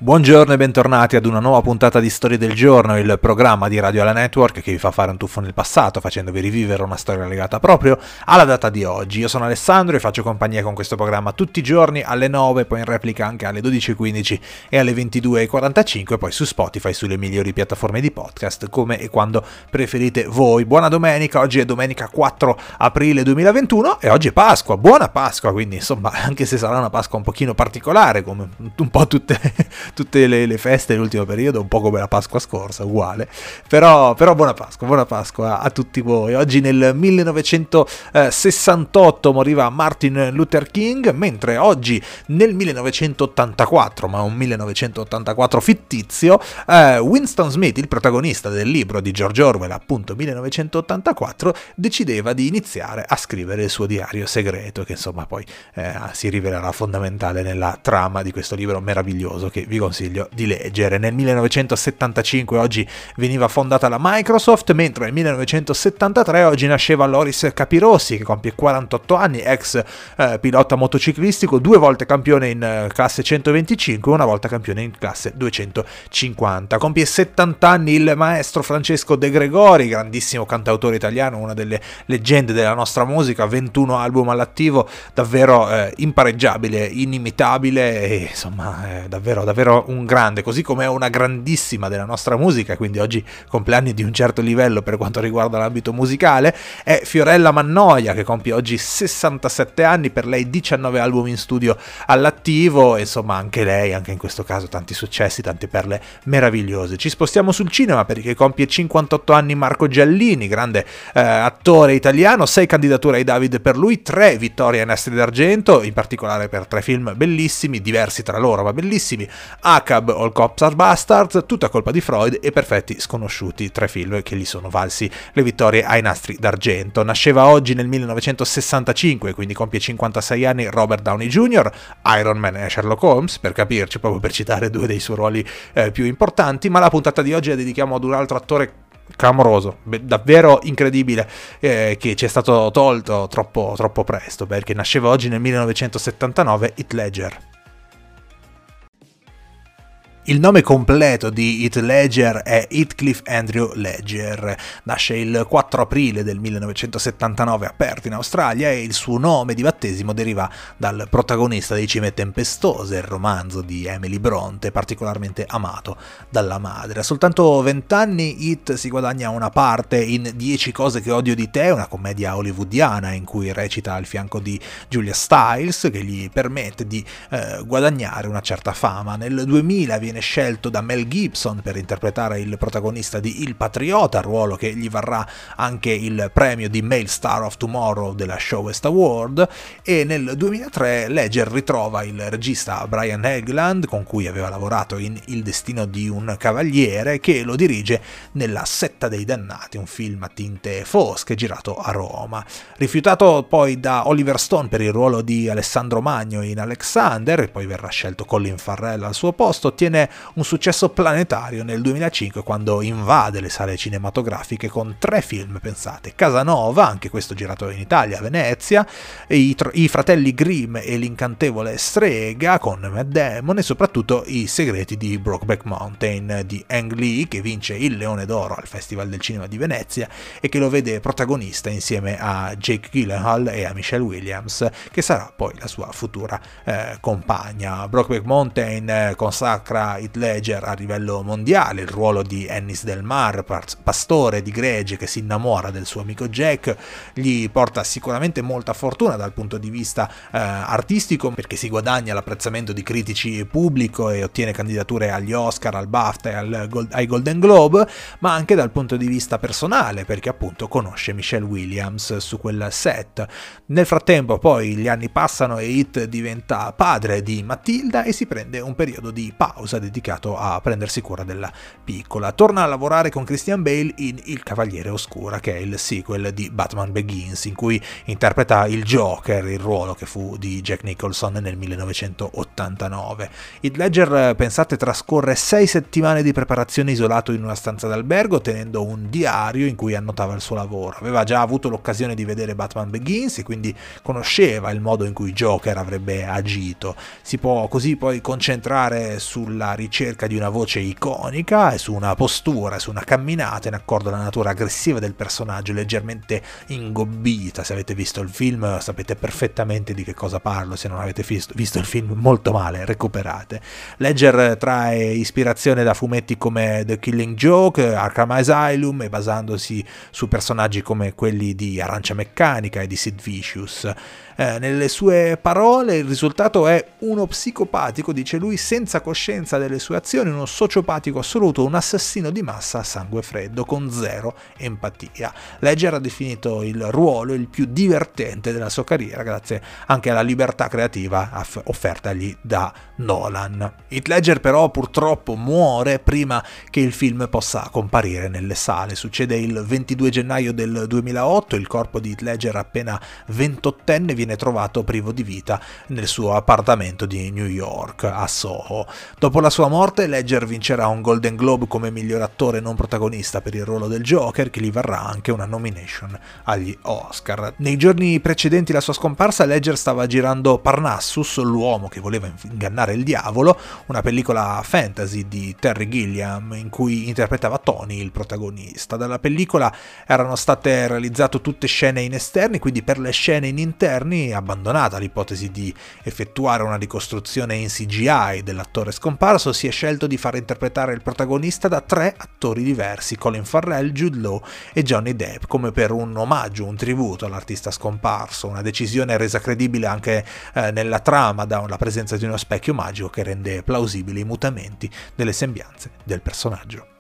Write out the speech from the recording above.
Buongiorno e bentornati ad una nuova puntata di Storie del Giorno, il programma di Radio Alla Network che vi fa fare un tuffo nel passato facendovi rivivere una storia legata proprio alla data di oggi. Io sono Alessandro e faccio compagnia con questo programma tutti i giorni alle 9, poi in replica anche alle 12.15 e alle 22.45, poi su Spotify, sulle migliori piattaforme di podcast, come e quando preferite voi. Buona domenica, oggi è domenica 4 aprile 2021 e oggi è Pasqua, buona Pasqua, quindi insomma anche se sarà una Pasqua un pochino particolare come un po' tutte le feste dell'ultimo periodo, un po' come la Pasqua scorsa, uguale, però buona Pasqua a tutti voi. Oggi nel 1968 moriva Martin Luther King, mentre oggi nel 1984, ma un 1984 fittizio, Winston Smith, il protagonista del libro di George Orwell, appunto 1984, decideva di iniziare a scrivere il suo diario segreto, che insomma poi si rivelerà fondamentale nella trama di questo libro meraviglioso che vi consiglio di leggere. Nel 1975 oggi veniva fondata la Microsoft, mentre nel 1973 oggi nasceva Loris Capirossi, che compie 48 anni, ex pilota motociclistico, 2 volte campione in classe 125, una volta campione in classe 250. Compie 70 anni il maestro Francesco De Gregori, grandissimo cantautore italiano, una delle leggende della nostra musica, 21 album all'attivo, davvero impareggiabile, inimitabile e insomma davvero un grande, così come è una grandissima della nostra musica, quindi oggi compleanni di un certo livello per quanto riguarda l'ambito musicale, è Fiorella Mannoia, che compie oggi 67 anni, per lei 19 album in studio all'attivo, e insomma anche lei, anche in questo caso tanti successi, tante perle meravigliose. Ci spostiamo sul cinema perché compie 58 anni Marco Giallini, grande attore italiano, 6 candidature ai David per lui, 3 vittorie ai Nastri d'Argento, in particolare per 3 film bellissimi, diversi tra loro ma bellissimi: ACAB, All Cops Are Bastards, Tutta colpa di Freud e Perfetti Sconosciuti, 3 film che gli sono valsi le vittorie ai Nastri d'Argento. Nasceva oggi nel 1965, quindi compie 56 anni, Robert Downey Jr., Iron Man e Sherlock Holmes, per capirci, proprio per citare 2 dei suoi ruoli più importanti, ma la puntata di oggi la dedichiamo ad un altro attore clamoroso, davvero incredibile, che ci è stato tolto troppo presto, perché nasceva oggi nel 1979 Heath Ledger. Il nome completo di Heath Ledger è Heathcliff Andrew Ledger. Nasce il 4 aprile del 1979 a Perth in Australia e il suo nome di battesimo deriva dal protagonista di Cime Tempestose, il romanzo di Emily Bronte, particolarmente amato dalla madre. A soltanto 20 anni Heath si guadagna una parte in 10 cose che odio di te, una commedia hollywoodiana in cui recita al fianco di Julia Stiles, che gli permette di guadagnare una certa fama. Nel 2000 viene scelto da Mel Gibson per interpretare il protagonista di Il Patriota, ruolo che gli varrà anche il premio di Male Star of Tomorrow della Show West Award, e nel 2003 Ledger ritrova il regista Brian Helgeland, con cui aveva lavorato in Il destino di un cavaliere, che lo dirige nella Setta dei Dannati, un film a tinte fosche girato a Roma. Rifiutato poi da Oliver Stone per il ruolo di Alessandro Magno in Alexander, e poi verrà scelto Colin Farrell al suo posto, ottiene un successo planetario nel 2005 quando invade le sale cinematografiche con 3 film, pensate: Casanova, anche questo girato in Italia, a Venezia, i fratelli Grimm e L'incantevole strega con Matt Damon, e soprattutto I segreti di Brokeback Mountain di Ang Lee, che vince il Leone d'Oro al Festival del Cinema di Venezia e che lo vede protagonista insieme a Jake Gyllenhaal e a Michelle Williams, che sarà poi la sua futura compagna. Brokeback Mountain consacra Heath Ledger a livello mondiale, il ruolo di Ennis Del Mar, pastore di gregge che si innamora del suo amico Jack, gli porta sicuramente molta fortuna dal punto di vista artistico, perché si guadagna l'apprezzamento di critici e pubblico e ottiene candidature agli Oscar, al BAFTA e ai Golden Globe, ma anche dal punto di vista personale, perché appunto conosce Michelle Williams su quel set. Nel frattempo poi gli anni passano e Heath diventa padre di Matilda e si prende un periodo di pausa dedicato a prendersi cura della piccola. Torna a lavorare con Christian Bale in Il Cavaliere Oscura, che è il sequel di Batman Begins, in cui interpreta il Joker, il ruolo che fu di Jack Nicholson nel 1989. Heath Ledger, pensate, trascorre 6 settimane di preparazione isolato in una stanza d'albergo, tenendo un diario in cui annotava il suo lavoro. Aveva già avuto l'occasione di vedere Batman Begins e quindi conosceva il modo in cui Joker avrebbe agito. Si può così poi concentrare sulla alla ricerca di una voce iconica e su una postura, su una camminata, in accordo alla natura aggressiva del personaggio, leggermente ingobbita. Se avete visto il film sapete perfettamente di che cosa parlo, se non avete visto il film molto male, recuperate. Ledger trae ispirazione da fumetti come The Killing Joke, Arkham Asylum, e basandosi su personaggi come quelli di Arancia Meccanica e di Sid Vicious. Nelle sue parole il risultato è uno psicopatico, dice lui, senza coscienza delle sue azioni, uno sociopatico assoluto, un assassino di massa a sangue freddo, con zero empatia. Ledger ha definito il ruolo il più divertente della sua carriera, grazie anche alla libertà creativa offertagli da Nolan. Heath Ledger però purtroppo muore prima che il film possa comparire nelle sale. Succede il 22 gennaio del 2008, il corpo di Heath Ledger, appena 28enne, viene trovato privo di vita nel suo appartamento di New York, a Soho. Dopo la sua morte, Ledger vincerà un Golden Globe come miglior attore non protagonista per il ruolo del Joker, che gli varrà anche una nomination agli Oscar. Nei giorni precedenti la sua scomparsa, Ledger stava girando Parnassus, l'uomo che voleva ingannare il diavolo, una pellicola fantasy di Terry Gilliam in cui interpretava Tony, il protagonista. Dalla pellicola erano state realizzate tutte scene in esterni, quindi per le scene in interni, abbandonata l'ipotesi di effettuare una ricostruzione in CGI dell'attore scomparso, si è scelto di far interpretare il protagonista da 3 attori diversi: Colin Farrell, Jude Law e Johnny Depp, come per un omaggio, un tributo all'artista scomparso. Una decisione resa credibile anche nella trama dalla presenza di uno specchio magico che rende plausibili i mutamenti delle sembianze del personaggio.